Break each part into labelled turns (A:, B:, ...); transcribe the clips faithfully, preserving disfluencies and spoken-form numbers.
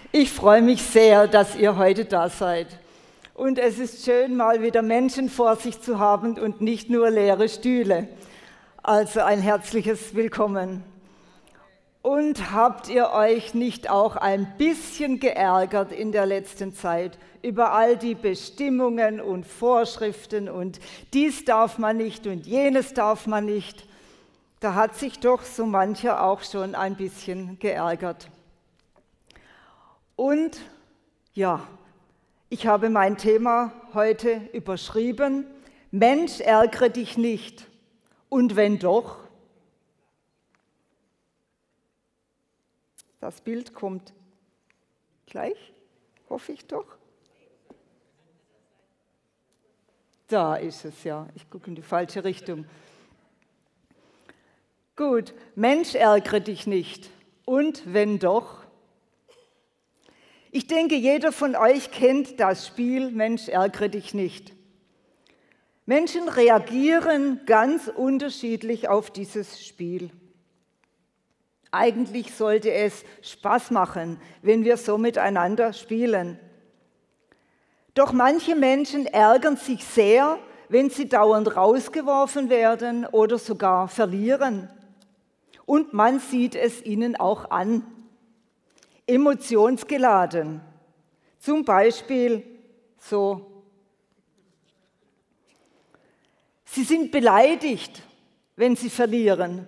A: Ich freue mich sehr, dass ihr heute da seid. Und es ist schön, mal wieder Menschen vor sich zu haben und nicht nur leere Stühle. Also ein herzliches Willkommen. Und habt ihr euch nicht auch ein bisschen geärgert in der letzten Zeit über all die Bestimmungen und Vorschriften und dies darf man nicht und jenes darf man nicht? Da hat sich doch so mancher auch schon ein bisschen geärgert. Und ja, ich habe mein Thema heute überschrieben: Mensch, ärgere dich nicht. Und wenn doch? Das Bild kommt gleich, hoffe ich doch. Da ist es ja, ich gucke in die falsche Richtung. Gut, Mensch, ärgere dich nicht. Und wenn doch? Ich denke, jeder von euch kennt das Spiel Mensch, ärgere dich nicht. Menschen reagieren ganz unterschiedlich auf dieses Spiel. Eigentlich sollte es Spaß machen, wenn wir so miteinander spielen. Doch manche Menschen ärgern sich sehr, wenn sie dauernd rausgeworfen werden oder sogar verlieren. Und man sieht es ihnen auch an. Emotionsgeladen. Zum Beispiel so: Sie sind beleidigt, wenn sie verlieren.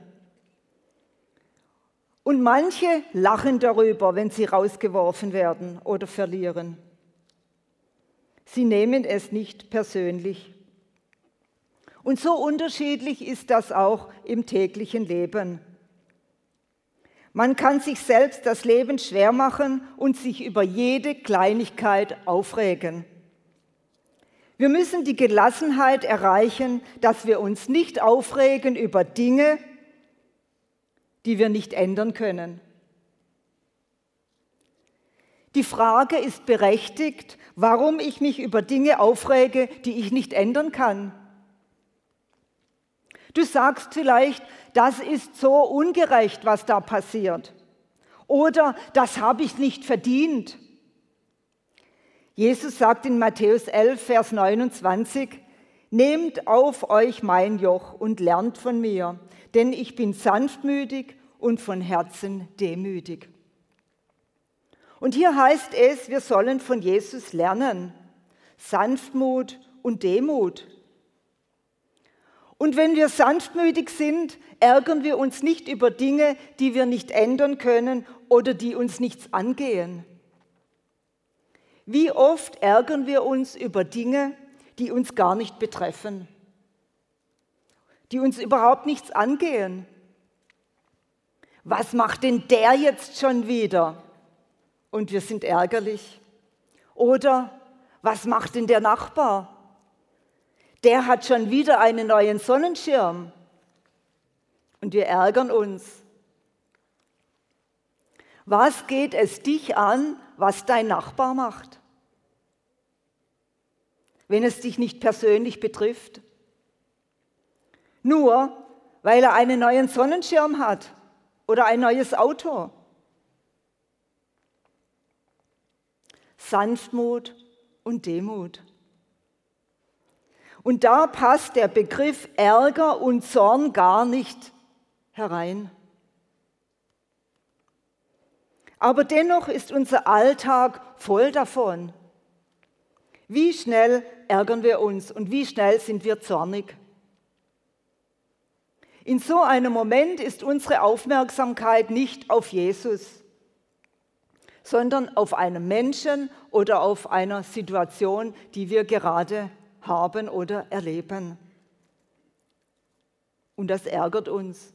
A: Und manche lachen darüber, wenn sie rausgeworfen werden oder verlieren. Sie nehmen es nicht persönlich. Und so unterschiedlich ist das auch im täglichen Leben. Man kann sich selbst das Leben schwer machen und sich über jede Kleinigkeit aufregen. Wir müssen die Gelassenheit erreichen, dass wir uns nicht aufregen über Dinge, die wir nicht ändern können. Die Frage ist berechtigt, warum ich mich über Dinge aufrege, die ich nicht ändern kann. Du sagst vielleicht, das ist so ungerecht, was da passiert. Oder das habe ich nicht verdient. Jesus sagt in Matthäus elf, Vers neunundzwanzig, nehmt auf euch mein Joch und lernt von mir, denn ich bin sanftmütig und von Herzen demütig. Und hier heißt es, wir sollen von Jesus lernen, Sanftmut und Demut. Und wenn wir sanftmütig sind, ärgern wir uns nicht über Dinge, die wir nicht ändern können oder die uns nichts angehen. Wie oft ärgern wir uns über Dinge, die uns gar nicht betreffen, die uns überhaupt nichts angehen? Was macht denn der jetzt schon wieder? Und wir sind ärgerlich. Oder was macht denn der Nachbar? Der hat schon wieder einen neuen Sonnenschirm. Und wir ärgern uns. Was geht es dich an, was dein Nachbar macht? Wenn es dich nicht persönlich betrifft? Nur, weil er einen neuen Sonnenschirm hat oder ein neues Auto. Sanftmut und Demut. Und da passt der Begriff Ärger und Zorn gar nicht herein. Aber dennoch ist unser Alltag voll davon. Wie schnell ärgern wir uns und wie schnell sind wir zornig? In so einem Moment ist unsere Aufmerksamkeit nicht auf Jesus, sondern auf einen Menschen oder auf einer Situation, die wir gerade haben oder erleben. Und das ärgert uns.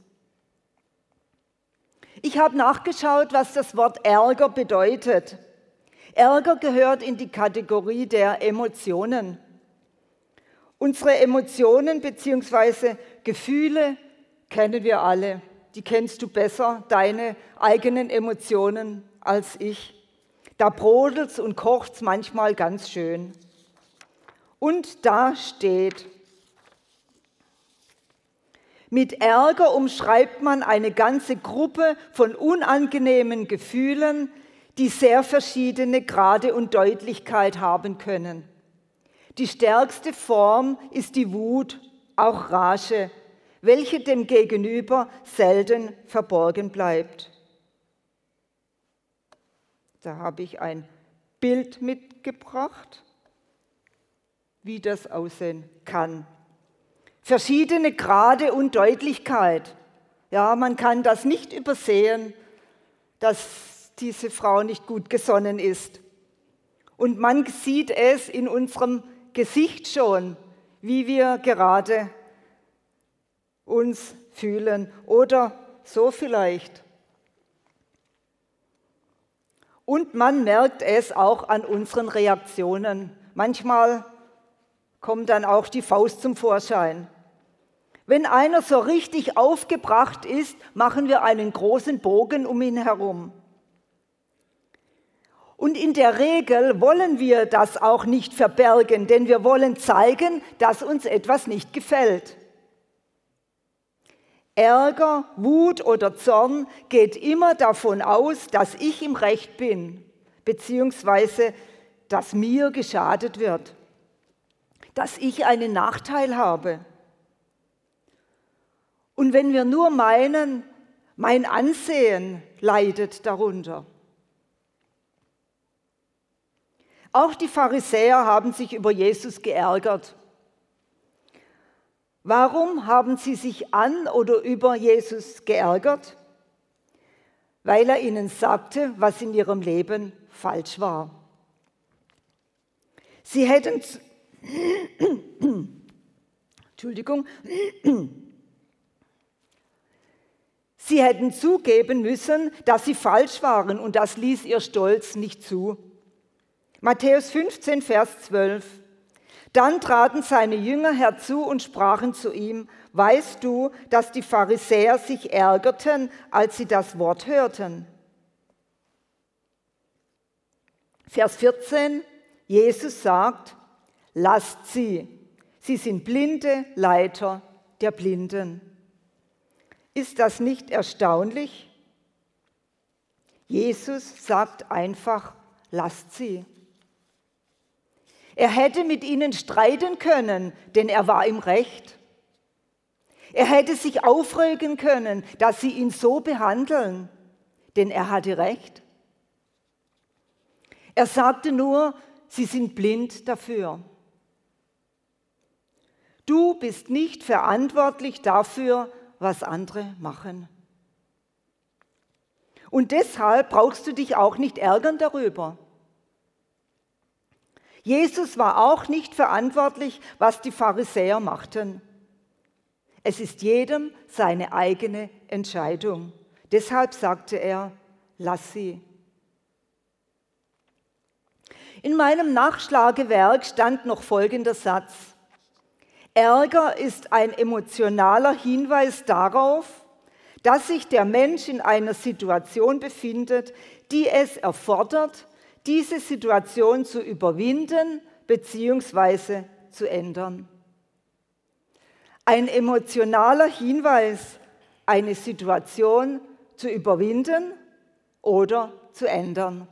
A: Ich habe nachgeschaut, was das Wort Ärger bedeutet. Ärger gehört in die Kategorie der Emotionen. Unsere Emotionen bzw. Gefühle kennen wir alle. Die kennst du besser, deine eigenen Emotionen, als ich. Da brodelt's und kocht's manchmal ganz schön. Und da steht: Mit Ärger umschreibt man eine ganze Gruppe von unangenehmen Gefühlen, die sehr verschiedene Grade und Deutlichkeit haben können. Die stärkste Form ist die Wut, auch Rage, welche dem Gegenüber selten verborgen bleibt. Da habe ich ein Bild mitgebracht, wie das aussehen kann. Verschiedene Grade und Deutlichkeit. Ja, man kann das nicht übersehen, dass diese Frau nicht gut gesonnen ist. Und man sieht es in unserem Gesicht schon, wie wir gerade uns fühlen oder so vielleicht. Und man merkt es auch an unseren Reaktionen. Manchmal kommt dann auch die Faust zum Vorschein. Wenn einer so richtig aufgebracht ist, machen wir einen großen Bogen um ihn herum. Und in der Regel wollen wir das auch nicht verbergen, denn wir wollen zeigen, dass uns etwas nicht gefällt. Ärger, Wut oder Zorn geht immer davon aus, dass ich im Recht bin, beziehungsweise dass mir geschadet wird, dass ich einen Nachteil habe. Und wenn wir nur meinen, mein Ansehen leidet darunter. Auch die Pharisäer haben sich über Jesus geärgert. Warum haben sie sich an oder über Jesus geärgert? Weil er ihnen sagte, was in ihrem Leben falsch war. Sie hätten, Entschuldigung, sie hätten zugeben müssen, dass sie falsch waren und das ließ ihr Stolz nicht zu. Matthäus fünfzehn, Vers zwölf. Dann traten seine Jünger herzu und sprachen zu ihm, weißt du, dass die Pharisäer sich ärgerten, als sie das Wort hörten? Vers vierzehn, Jesus sagt, lasst sie, sie sind blinde Leiter der Blinden. Ist das nicht erstaunlich? Jesus sagt einfach, lasst sie. Er hätte mit ihnen streiten können, denn er war im Recht. Er hätte sich aufregen können, dass sie ihn so behandeln, denn er hatte Recht. Er sagte nur, sie sind blind dafür. Du bist nicht verantwortlich dafür, was andere machen. Und deshalb brauchst du dich auch nicht ärgern darüber. Jesus war auch nicht verantwortlich, was die Pharisäer machten. Es ist jedem seine eigene Entscheidung. Deshalb sagte er, lass sie. In meinem Nachschlagewerk stand noch folgender Satz. Ärger ist ein emotionaler Hinweis darauf, dass sich der Mensch in einer Situation befindet, die es erfordert, diese Situation zu überwinden bzw. zu ändern. Ein emotionaler Hinweis, eine Situation zu überwinden oder zu ändern.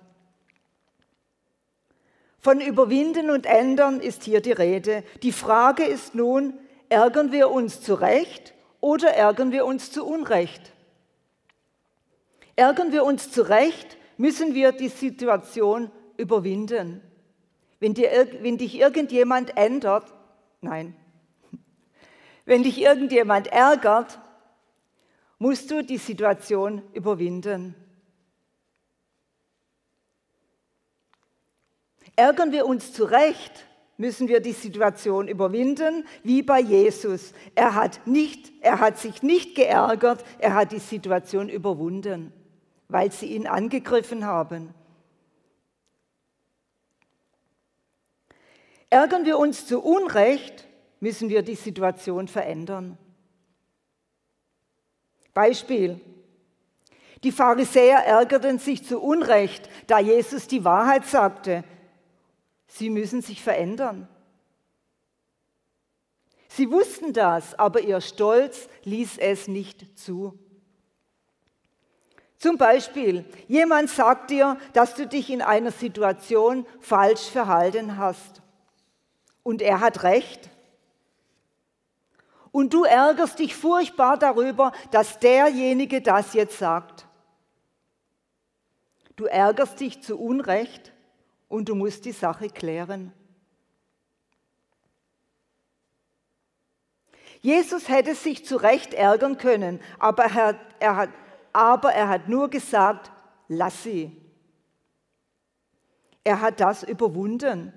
A: Von überwinden und ändern ist hier die Rede. Die Frage ist nun, ärgern wir uns zu Recht oder ärgern wir uns zu Unrecht? Ärgern wir uns zu Recht, müssen wir die Situation überwinden. Wenn, dir, wenn dich irgendjemand ändert, nein, wenn dich irgendjemand ärgert, musst du die Situation überwinden. Ärgern wir uns zu Recht, müssen wir die Situation überwinden, wie bei Jesus. Er hat, nicht, er hat sich nicht geärgert, er hat die Situation überwunden, weil sie ihn angegriffen haben. Ärgern wir uns zu Unrecht, müssen wir die Situation verändern. Beispiel. Die Pharisäer ärgerten sich zu Unrecht, da Jesus die Wahrheit sagte. Sie müssen sich verändern. Sie wussten das, aber ihr Stolz ließ es nicht zu. Zum Beispiel, jemand sagt dir, dass du dich in einer Situation falsch verhalten hast. Und er hat recht. Und du ärgerst dich furchtbar darüber, dass derjenige das jetzt sagt. Du ärgerst dich zu Unrecht und du musst die Sache klären. Jesus hätte sich zu Recht ärgern können, aber er, er, hat, aber er hat nur gesagt, lass sie. Er hat das überwunden.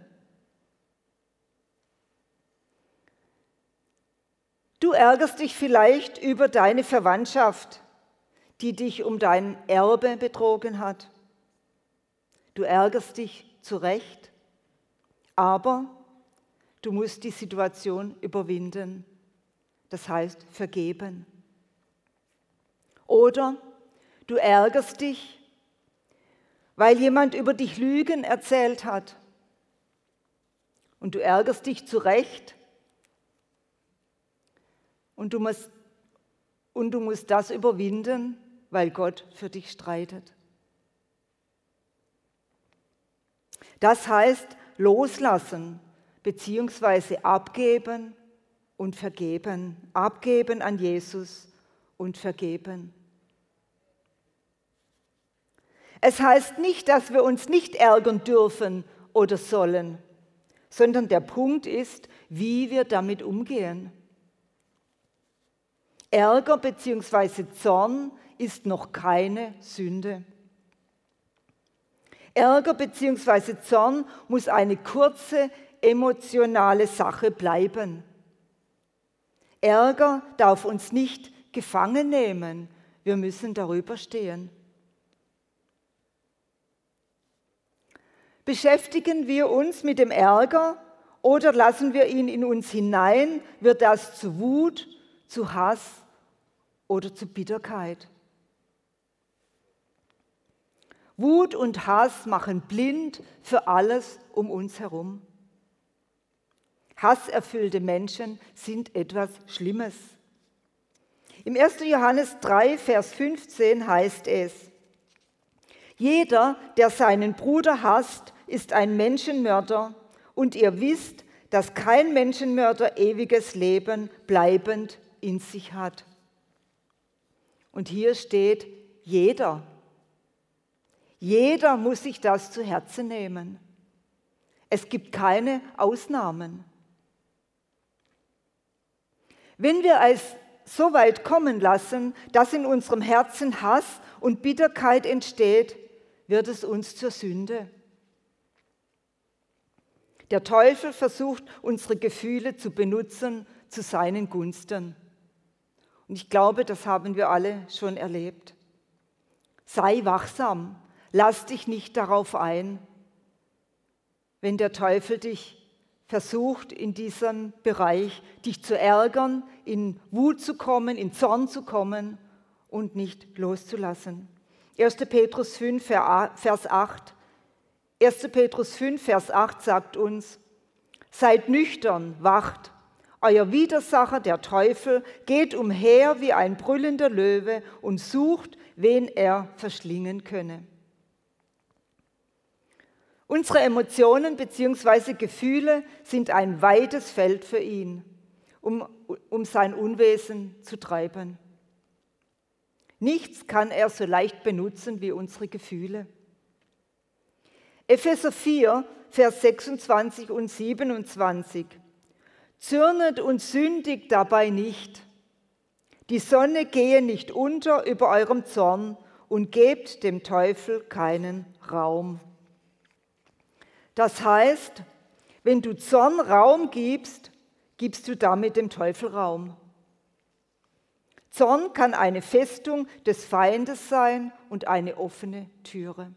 A: Du ärgerst dich vielleicht über deine Verwandtschaft, die dich um dein Erbe betrogen hat. Du ärgerst dich zu Recht, aber du musst die Situation überwinden. Das heißt vergeben. Oder du ärgerst dich, weil jemand über dich Lügen erzählt hat. Und du ärgerst dich zu Recht. Und du musst, und du musst das überwinden, weil Gott für dich streitet. Das heißt loslassen bzw. abgeben und vergeben. Abgeben an Jesus und vergeben. Es heißt nicht, dass wir uns nicht ärgern dürfen oder sollen, sondern der Punkt ist, wie wir damit umgehen. Ärger bzw. Zorn ist noch keine Sünde. Ärger bzw. Zorn muss eine kurze emotionale Sache bleiben. Ärger darf uns nicht gefangen nehmen. Wir müssen darüber stehen. Beschäftigen wir uns mit dem Ärger oder lassen wir ihn in uns hinein, wird das zu Wut, zu Hass oder zu Bitterkeit. Wut und Hass machen blind für alles um uns herum. Hasserfüllte Menschen sind etwas Schlimmes. Im ersten Johannes drei, Vers fünfzehn heißt es: Jeder, der seinen Bruder hasst, ist ein Menschenmörder, und ihr wisst, dass kein Menschenmörder ewiges Leben bleibend in sich hat. Und hier steht jeder. Jeder muss sich das zu Herzen nehmen. Es gibt keine Ausnahmen. Wenn wir es so weit kommen lassen, dass in unserem Herzen Hass und Bitterkeit entsteht, wird es uns zur Sünde. Der Teufel versucht, unsere Gefühle zu benutzen zu seinen Gunsten. Und ich glaube, das haben wir alle schon erlebt. Sei wachsam, lass dich nicht darauf ein, wenn der Teufel dich versucht, in diesem Bereich dich zu ärgern, in Wut zu kommen, in Zorn zu kommen und nicht loszulassen. erster Petrus fünf, Vers acht. erster Petrus fünf, Vers acht sagt uns: Seid nüchtern, wacht. Euer Widersacher, der Teufel, geht umher wie ein brüllender Löwe und sucht, wen er verschlingen könne. Unsere Emotionen bzw. Gefühle sind ein weites Feld für ihn, um, um sein Unwesen zu treiben. Nichts kann er so leicht benutzen wie unsere Gefühle. Epheser vier, Vers sechsundzwanzig und siebenundzwanzig. Zürnet und sündigt dabei nicht. Die Sonne gehe nicht unter über eurem Zorn und gebt dem Teufel keinen Raum. Das heißt, wenn du Zorn Raum gibst, gibst du damit dem Teufel Raum. Zorn kann eine Festung des Feindes sein und eine offene Türe.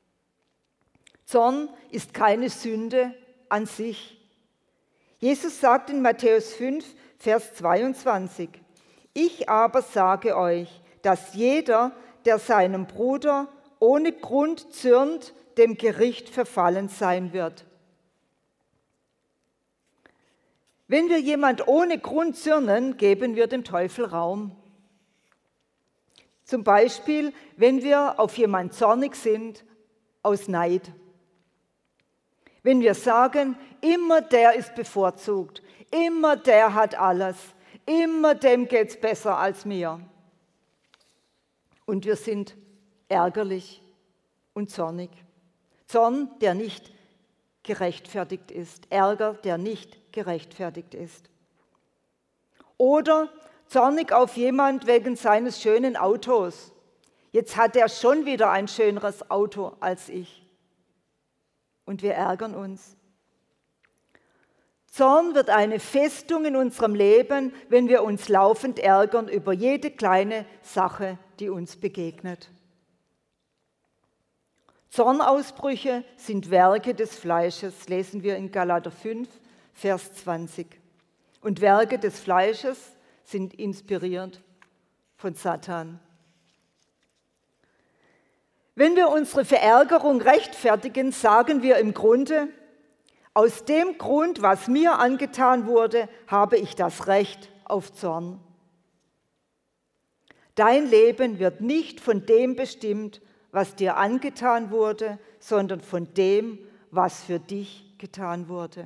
A: Zorn ist keine Sünde an sich. Jesus sagt in Matthäus fünf, Vers zweiundzwanzig: Ich aber sage euch, dass jeder, der seinem Bruder ohne Grund zürnt, dem Gericht verfallen sein wird. Wenn wir jemand ohne Grund zürnen, geben wir dem Teufel Raum. Zum Beispiel, wenn wir auf jemanden zornig sind, aus Neid. Wenn wir sagen, immer der ist bevorzugt, immer der hat alles, immer dem geht es besser als mir. Und wir sind ärgerlich und zornig. Zorn, der nicht gerechtfertigt ist. Ärger, der nicht gerechtfertigt ist. Oder zornig auf jemand wegen seines schönen Autos. Jetzt hat er schon wieder ein schöneres Auto als ich. Und wir ärgern uns. Zorn wird eine Festung in unserem Leben, wenn wir uns laufend ärgern über jede kleine Sache, die uns begegnet. Zornausbrüche sind Werke des Fleisches, lesen wir in Galater fünf, Vers zwanzig. Und Werke des Fleisches sind inspiriert von Satan. Wenn wir unsere Verärgerung rechtfertigen, sagen wir im Grunde, aus dem Grund, was mir angetan wurde, habe ich das Recht auf Zorn. Dein Leben wird nicht von dem bestimmt, was dir angetan wurde, sondern von dem, was für dich getan wurde.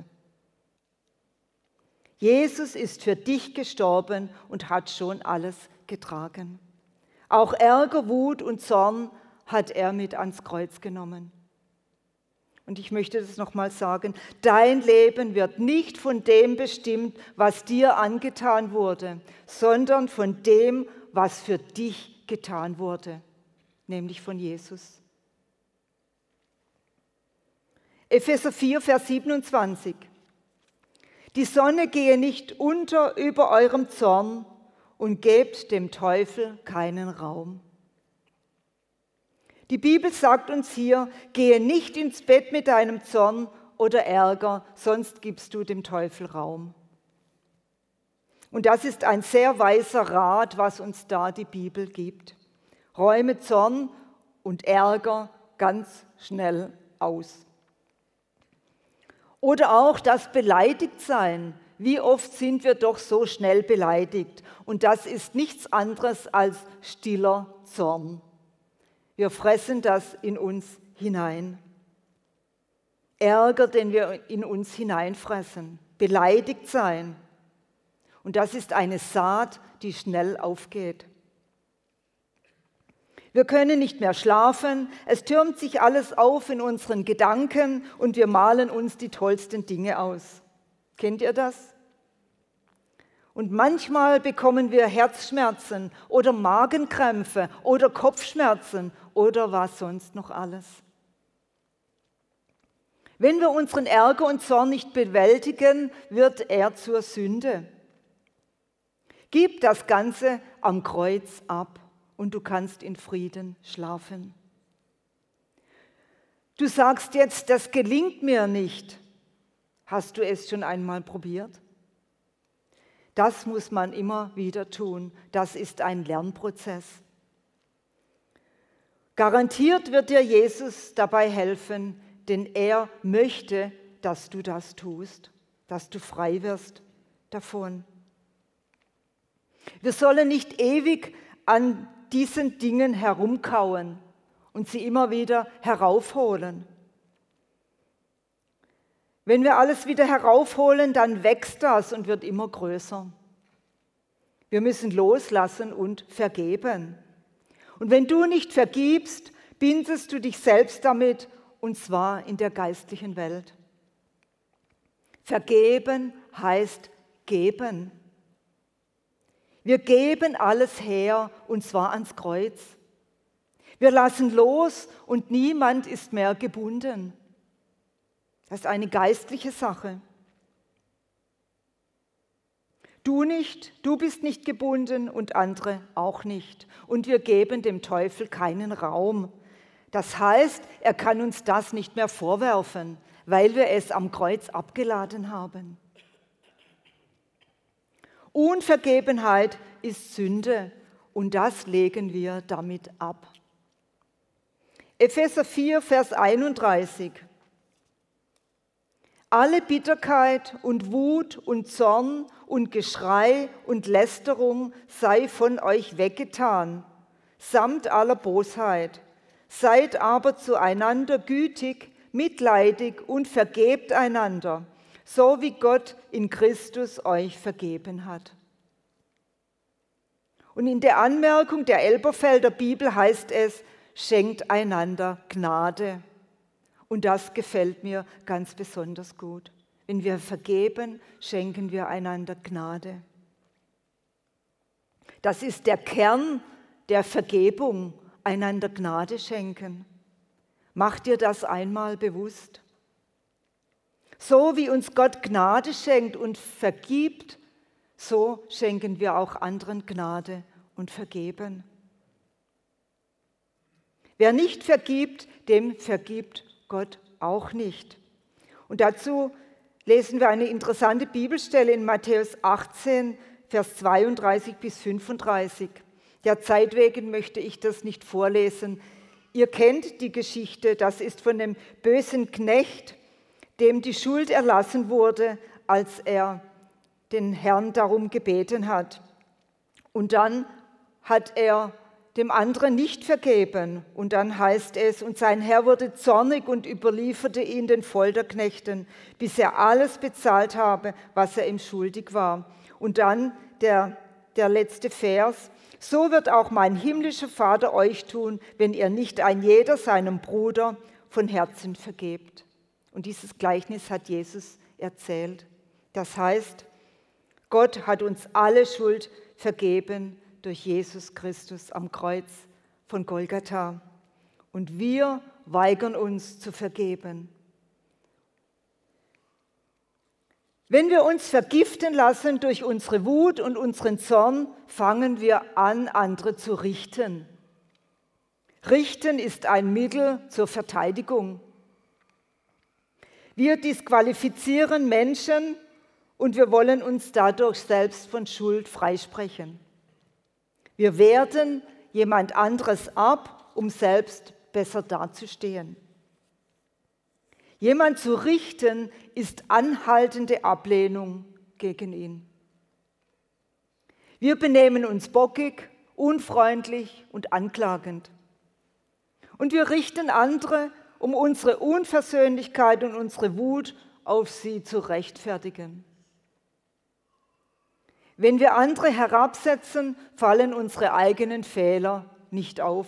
A: Jesus ist für dich gestorben und hat schon alles getragen. Auch Ärger, Wut und Zorn hat er mit ans Kreuz genommen. Und ich möchte das nochmal sagen, dein Leben wird nicht von dem bestimmt, was dir angetan wurde, sondern von dem, was für dich getan wurde, nämlich von Jesus. Epheser vier, Vers siebenundzwanzig. Die Sonne gehe nicht unter über eurem Zorn und gebt dem Teufel keinen Raum. Die Bibel sagt uns hier, gehe nicht ins Bett mit deinem Zorn oder Ärger, sonst gibst du dem Teufel Raum. Und das ist ein sehr weiser Rat, was uns da die Bibel gibt. Räume Zorn und Ärger ganz schnell aus. Oder auch das Beleidigtsein. Wie oft sind wir doch so schnell beleidigt? Und das ist nichts anderes als stiller Zorn. Wir fressen das in uns hinein. Ärger, den wir in uns hineinfressen. Beleidigt sein. Und das ist eine Saat, die schnell aufgeht. Wir können nicht mehr schlafen, es türmt sich alles auf in unseren Gedanken und wir malen uns die tollsten Dinge aus. Kennt ihr das? Und manchmal bekommen wir Herzschmerzen oder Magenkrämpfe oder Kopfschmerzen oder was sonst noch alles. Wenn wir unseren Ärger und Zorn nicht bewältigen, wird er zur Sünde. Gib das Ganze am Kreuz ab und du kannst in Frieden schlafen. Du sagst jetzt, das gelingt mir nicht. Hast du es schon einmal probiert? Das muss man immer wieder tun. Das ist ein Lernprozess. Garantiert wird dir Jesus dabei helfen, denn er möchte, dass du das tust, dass du frei wirst davon. Wir sollen nicht ewig an diesen Dingen herumkauen und sie immer wieder heraufholen. Wenn wir alles wieder heraufholen, dann wächst das und wird immer größer. Wir müssen loslassen und vergeben. Und wenn du nicht vergibst, bindest du dich selbst damit, und zwar in der geistlichen Welt. Vergeben heißt geben. Wir geben alles her, und zwar ans Kreuz. Wir lassen los und niemand ist mehr gebunden. Das ist eine geistliche Sache. Du nicht, du bist nicht gebunden und andere auch nicht. Und wir geben dem Teufel keinen Raum. Das heißt, er kann uns das nicht mehr vorwerfen, weil wir es am Kreuz abgeladen haben. Unvergebenheit ist Sünde und das legen wir damit ab. Epheser vier, Vers einunddreißig. Alle Bitterkeit und Wut und Zorn und Geschrei und Lästerung sei von euch weggetan. samt aller Bosheit. Seid aber zueinander gütig, mitleidig und vergebt einander, so wie Gott in Christus euch vergeben hat. Und in der Anmerkung der Elberfelder Bibel heißt es, schenkt einander Gnade. Und das gefällt mir ganz besonders gut. Wenn wir vergeben, schenken wir einander Gnade. Das ist der Kern der Vergebung, einander Gnade schenken. Mach dir das einmal bewusst. So wie uns Gott Gnade schenkt und vergibt, so schenken wir auch anderen Gnade und vergeben. Wer nicht vergibt, dem vergibt Gott auch nicht. Und dazu lesen wir eine interessante Bibelstelle in Matthäus achtzehn, Vers zweiunddreißig bis fünfunddreißig. Der Zeit wegen möchte ich das nicht vorlesen. Ihr kennt die Geschichte, das ist von dem bösen Knecht, dem die Schuld erlassen wurde, als er den Herrn darum gebeten hat. Und dann hat er dem anderen nicht vergeben. Und dann heißt es, und sein Herr wurde zornig und überlieferte ihn den Folterknechten, bis er alles bezahlt habe, was er ihm schuldig war. Und dann der, der letzte Vers, so wird auch mein himmlischer Vater euch tun, wenn ihr nicht ein jeder seinem Bruder von Herzen vergebt. Und dieses Gleichnis hat Jesus erzählt. Das heißt, Gott hat uns alle Schuld vergeben durch Jesus Christus am Kreuz von Golgatha. Und wir weigern uns zu vergeben. Wenn wir uns vergiften lassen durch unsere Wut und unseren Zorn, fangen wir an, andere zu richten. Richten ist ein Mittel zur Verteidigung. Wir disqualifizieren Menschen und wir wollen uns dadurch selbst von Schuld freisprechen. Wir werten jemand anderes ab, um selbst besser dazustehen. Jemand zu richten ist anhaltende Ablehnung gegen ihn. Wir benehmen uns bockig, unfreundlich und anklagend. Und wir richten andere, um unsere Unversöhnlichkeit und unsere Wut auf sie zu rechtfertigen. Wenn wir andere herabsetzen, fallen unsere eigenen Fehler nicht auf.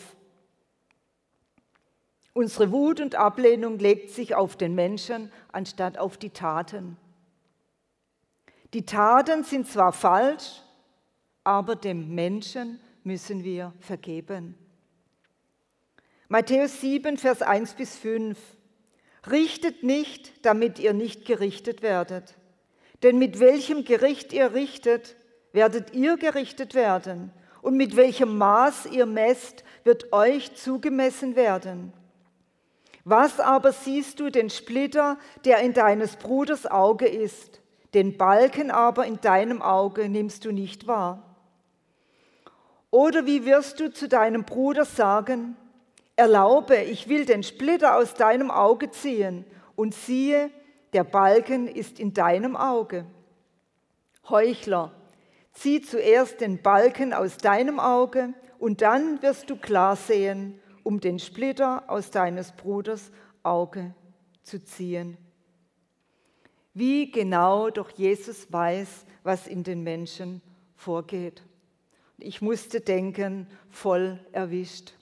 A: Unsere Wut und Ablehnung legt sich auf den Menschen anstatt auf die Taten. Die Taten sind zwar falsch, aber dem Menschen müssen wir vergeben. Matthäus sieben, Vers eins bis fünf. Richtet nicht, damit ihr nicht gerichtet werdet. Denn mit welchem Gericht ihr richtet, werdet ihr gerichtet werden. Und mit welchem Maß ihr messt, wird euch zugemessen werden. Was aber siehst du den Splitter, der in deines Bruders Auge ist, den Balken aber in deinem Auge nimmst du nicht wahr? Oder wie wirst du zu deinem Bruder sagen, erlaube, ich will den Splitter aus deinem Auge ziehen, und siehe, der Balken ist in deinem Auge. Heuchler, zieh zuerst den Balken aus deinem Auge, und dann wirst du klar sehen, um den Splitter aus deines Bruders Auge zu ziehen. Wie genau doch Jesus weiß, was in den Menschen vorgeht. Ich musste denken, voll erwischt.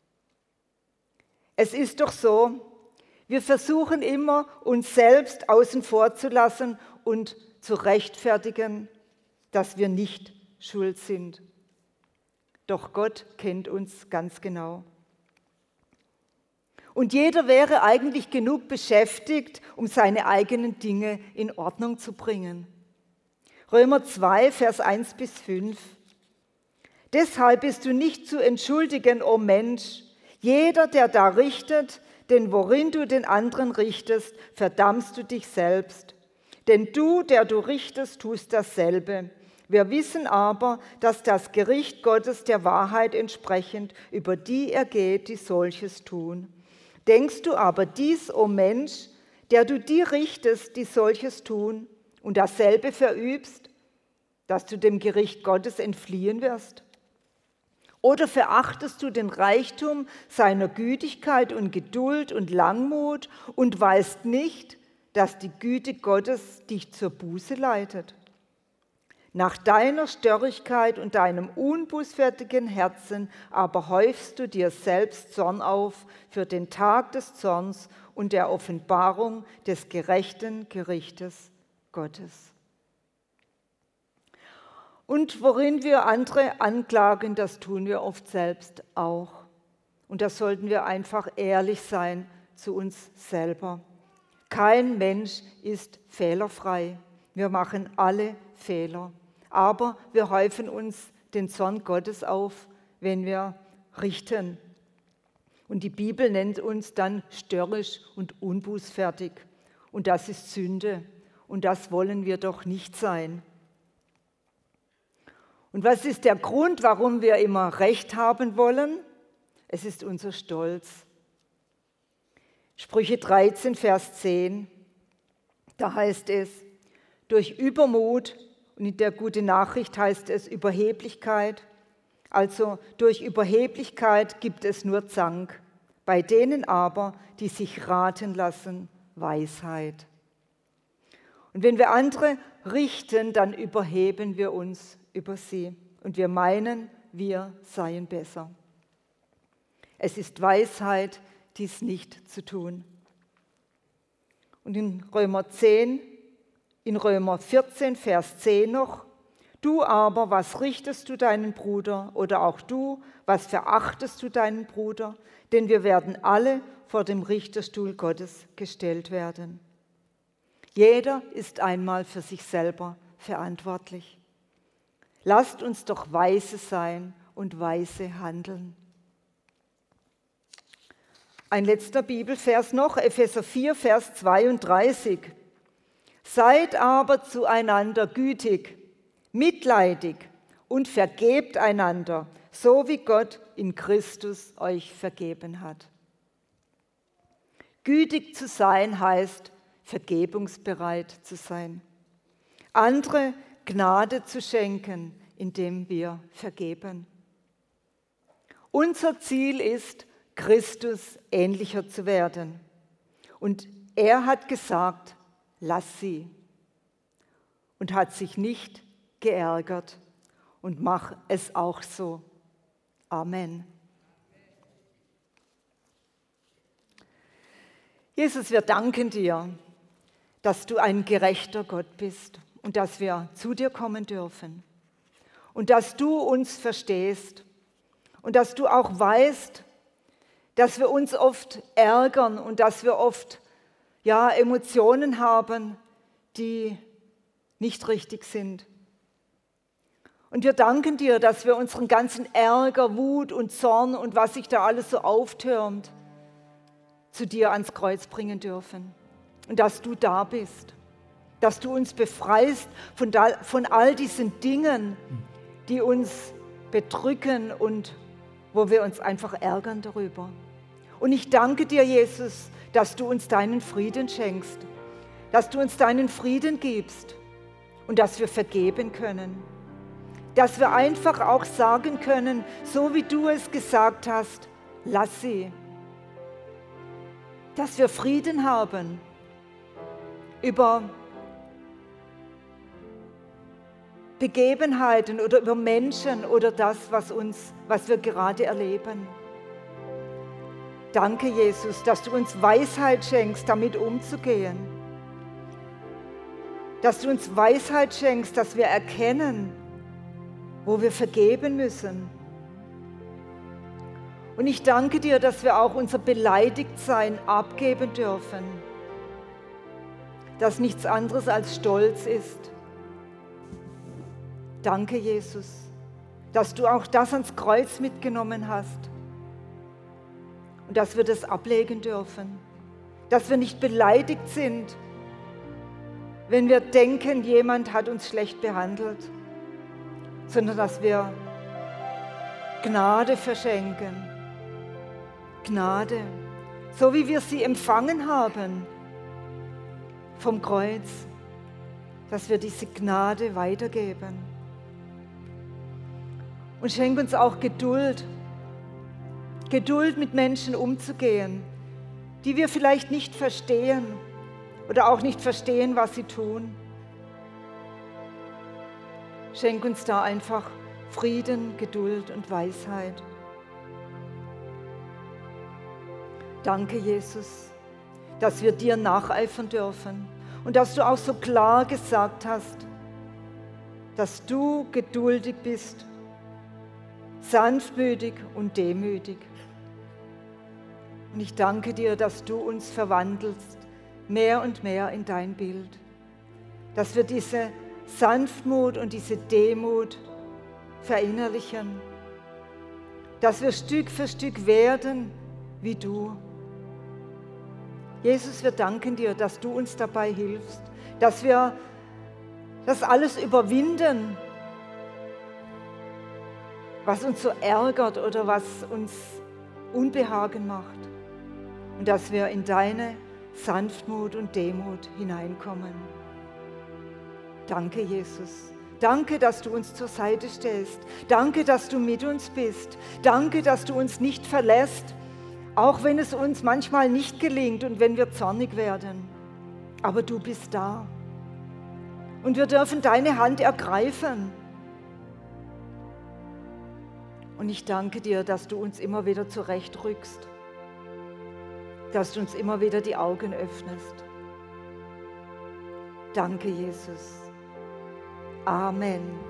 A: Es ist doch so, wir versuchen immer, uns selbst außen vor zu lassen und zu rechtfertigen, dass wir nicht schuld sind. Doch Gott kennt uns ganz genau. Und jeder wäre eigentlich genug beschäftigt, um seine eigenen Dinge in Ordnung zu bringen. Römer zwei, Vers eins bis fünf. Deshalb bist du nicht zu entschuldigen, o Mensch. Jeder, der da richtet, denn worin du den anderen richtest, verdammst du dich selbst. Denn du, der du richtest, tust dasselbe. Wir wissen aber, dass das Gericht Gottes der Wahrheit entsprechend über die ergeht, die solches tun. Denkst du aber dies, o Mensch, der du die richtest, die solches tun, und dasselbe verübst, dass du dem Gericht Gottes entfliehen wirst? Oder verachtest du den Reichtum seiner Gütigkeit und Geduld und Langmut und weißt nicht, dass die Güte Gottes dich zur Buße leitet? Nach deiner Störrigkeit und deinem unbußfertigen Herzen aber häufst du dir selbst Zorn auf für den Tag des Zorns und der Offenbarung des gerechten Gerichtes Gottes. Und worin wir andere anklagen, das tun wir oft selbst auch. Und da sollten wir einfach ehrlich sein zu uns selber. Kein Mensch ist fehlerfrei. Wir machen alle Fehler. Aber wir häufen uns den Zorn Gottes auf, wenn wir richten. Und die Bibel nennt uns dann störrisch und unbußfertig. Und das ist Sünde. Und das wollen wir doch nicht sein. Und was ist der Grund, warum wir immer Recht haben wollen? Es ist unser Stolz. Sprüche dreizehn, Vers zehn, da heißt es, durch Übermut, und in der guten Nachricht heißt es Überheblichkeit, also durch Überheblichkeit gibt es nur Zank, bei denen aber, die sich raten lassen, Weisheit. Und wenn wir andere richten, dann überheben wir uns über sie und wir meinen, wir seien besser. Es ist Weisheit, dies nicht zu tun. Und in Römer zehn, in Römer vierzehn, Vers zehn noch, du aber, was richtest du deinen Bruder? Oder auch du, was verachtest du deinen Bruder? Denn wir werden alle vor dem Richterstuhl Gottes gestellt werden. Jeder ist einmal für sich selber verantwortlich. Lasst uns doch weise sein und weise handeln. Ein letzter Bibelvers noch, Epheser vier, Vers zweiunddreißig. Seid aber zueinander gütig, mitleidig und vergebt einander, so wie Gott in Christus euch vergeben hat. Gütig zu sein heißt, vergebungsbereit zu sein. Andere Gnade zu schenken, indem wir vergeben. Unser Ziel ist, Christus ähnlicher zu werden. Und er hat gesagt, lass sie. Und hat sich nicht geärgert. Und mach es auch so. Amen. Jesus, wir danken dir, dass du ein gerechter Gott bist. Und dass wir zu dir kommen dürfen und dass du uns verstehst und dass du auch weißt, dass wir uns oft ärgern und dass wir oft ja, Emotionen haben, die nicht richtig sind. Und wir danken dir, dass wir unseren ganzen Ärger, Wut und Zorn und was sich da alles so auftürmt, zu dir ans Kreuz bringen dürfen und dass du da bist. Dass du uns befreist von, da, von all diesen Dingen, die uns bedrücken und wo wir uns einfach ärgern darüber. Und ich danke dir, Jesus, dass du uns deinen Frieden schenkst, dass du uns deinen Frieden gibst und dass wir vergeben können. Dass wir einfach auch sagen können, so wie du es gesagt hast, lass sie. Dass wir Frieden haben über Begebenheiten oder über Menschen oder das, was uns, was wir gerade erleben. Danke, Jesus, dass du uns Weisheit schenkst, damit umzugehen. Dass du uns Weisheit schenkst, dass wir erkennen, wo wir vergeben müssen. Und ich danke dir, dass wir auch unser Beleidigtsein abgeben dürfen. Dass nichts anderes als Stolz ist. Danke, Jesus, dass du auch das ans Kreuz mitgenommen hast und dass wir das ablegen dürfen, dass wir nicht beleidigt sind, wenn wir denken, jemand hat uns schlecht behandelt, sondern dass wir Gnade verschenken. Gnade, so wie wir sie empfangen haben vom Kreuz, dass wir diese Gnade weitergeben. Und schenk uns auch Geduld. Geduld, mit Menschen umzugehen, die wir vielleicht nicht verstehen oder auch nicht verstehen, was sie tun. Schenk uns da einfach Frieden, Geduld und Weisheit. Danke, Jesus, dass wir dir nacheifern dürfen und dass du auch so klar gesagt hast, dass du geduldig bist, sanftmütig und demütig. Und ich danke dir, dass du uns verwandelst, mehr und mehr in dein Bild, dass wir diese Sanftmut und diese Demut verinnerlichen, dass wir Stück für Stück werden wie du. Jesus, wir danken dir, dass du uns dabei hilfst, dass wir das alles überwinden, was uns so ärgert oder was uns Unbehagen macht und dass wir in deine Sanftmut und Demut hineinkommen. Danke, Jesus. Danke, dass du uns zur Seite stehst. Danke, dass du mit uns bist. Danke, dass du uns nicht verlässt, auch wenn es uns manchmal nicht gelingt und wenn wir zornig werden. Aber du bist da. Und wir dürfen deine Hand ergreifen. Und ich danke dir, dass du uns immer wieder zurechtrückst, dass du uns immer wieder die Augen öffnest. Danke, Jesus. Amen.